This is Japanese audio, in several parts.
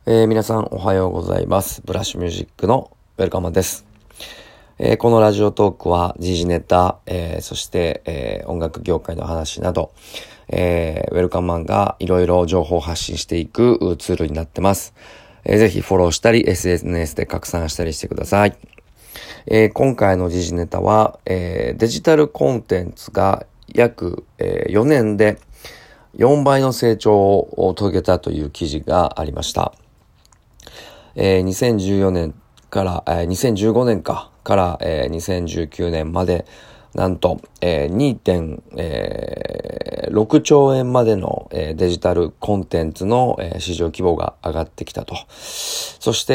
皆さんおはようございます。ブラッシュミュージックのウェルカマンです。このラジオトークは時事ネタ、そして、音楽業界の話など、ウェルカマンがいろいろ情報を発信していくツールになってます。ぜひフォローしたり SNS で拡散したりしてください。今回の時事ネタは、デジタルコンテンツが約、4年で4倍の成長を遂げたという記事がありました。2014年から、2015年から、2019年までなんと、2.6 兆円までの、デジタルコンテンツの、市場規模が上がってきたと。そして、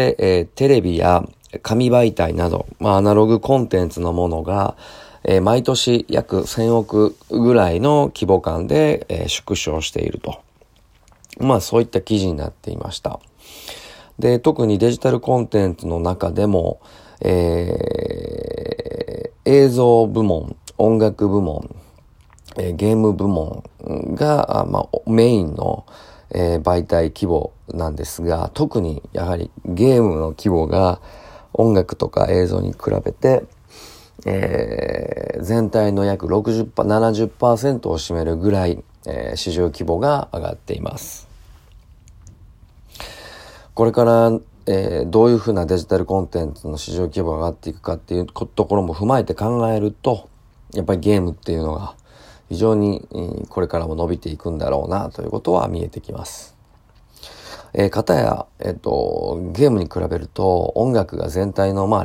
テレビや紙媒体など、アナログコンテンツのものが、毎年約1000億ぐらいの規模感で、縮小していると。そういった記事になっていました。で、特にデジタルコンテンツの中でも、映像部門、音楽部門、ゲーム部門が、メインの、媒体規模なんですが、特にやはりゲームの規模が音楽とか映像に比べて、全体の約60%、70% を占めるぐらい、市場規模が上がっています。これから、どういうふうなデジタルコンテンツの市場規模が上がっていくかっていうところも踏まえて考えると、やっぱりゲームっていうのが非常に、これからも伸びていくんだろうなということは見えてきます。かたや、ゲームに比べると音楽が全体の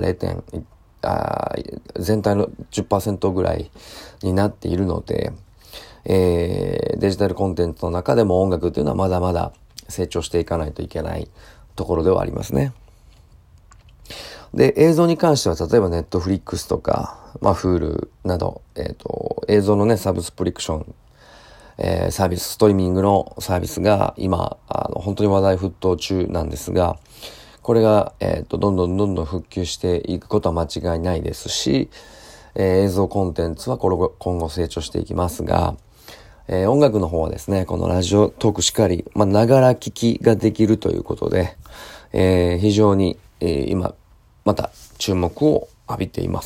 全体の 10% ぐらいになっているので、デジタルコンテンツの中でも音楽っていうのはまだまだ成長していかないといけないところではありますね。で、映像に関しては例えばネットフリックスとか、Hulu など、映像のね、サブスプリクション、サービス、ストリーミングのサービスが今、本当に話題沸騰中なんですが、これが、どんどん復旧していくことは間違いないですし、映像コンテンツは今後成長していきますが、音楽の方はですね、このラジオトークしかり、ながら聞きができるということで、非常に、今、また注目を浴びています。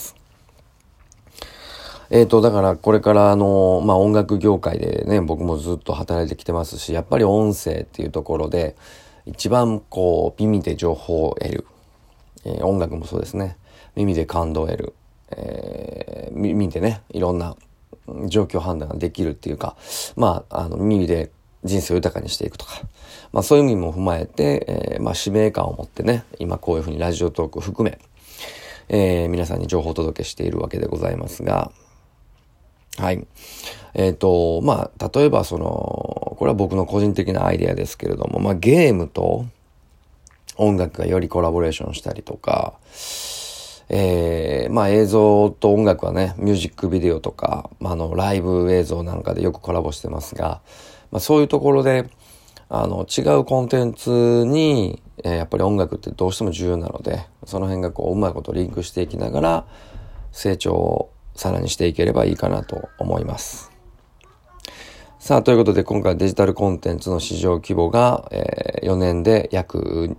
だからこれから音楽業界でね、僕もずっと働いてきてますし、やっぱり音声っていうところで、一番耳で情報を得る。音楽もそうですね。耳で感動を得る。耳でね、いろんな状況判断ができるっていうか、耳で人生を豊かにしていくとか、そういう意味も踏まえて、使命感を持ってね、今こういうふうにラジオトークを含め、皆さんに情報をお届けしているわけでございますが、はい。例えばこれは僕の個人的なアイデアですけれども、ゲームと音楽がよりコラボレーションしたりとか、映像と音楽はね、ミュージックビデオとか、ライブ映像なんかでよくコラボしてますが、そういうところで、違うコンテンツに、やっぱり音楽ってどうしても重要なので、その辺がうまいことリンクしていきながら、成長をさらにしていければいいかなと思います。さあ、ということで今回デジタルコンテンツの市場規模が、4年で約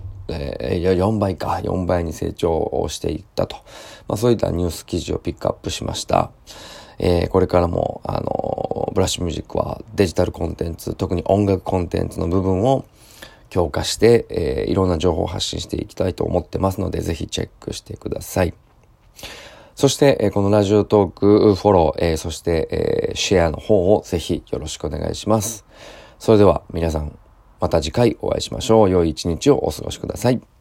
4倍に成長をしていったと。そういったニュース記事をピックアップしました。これからも、ブラッシュミュージックはデジタルコンテンツ、特に音楽コンテンツの部分を強化して、いろんな情報を発信していきたいと思ってますので、ぜひチェックしてください。そして、このラジオトークフォロー、そして、シェアの方をぜひよろしくお願いします。それでは皆さん、また次回お会いしましょう。良い一日をお過ごしください。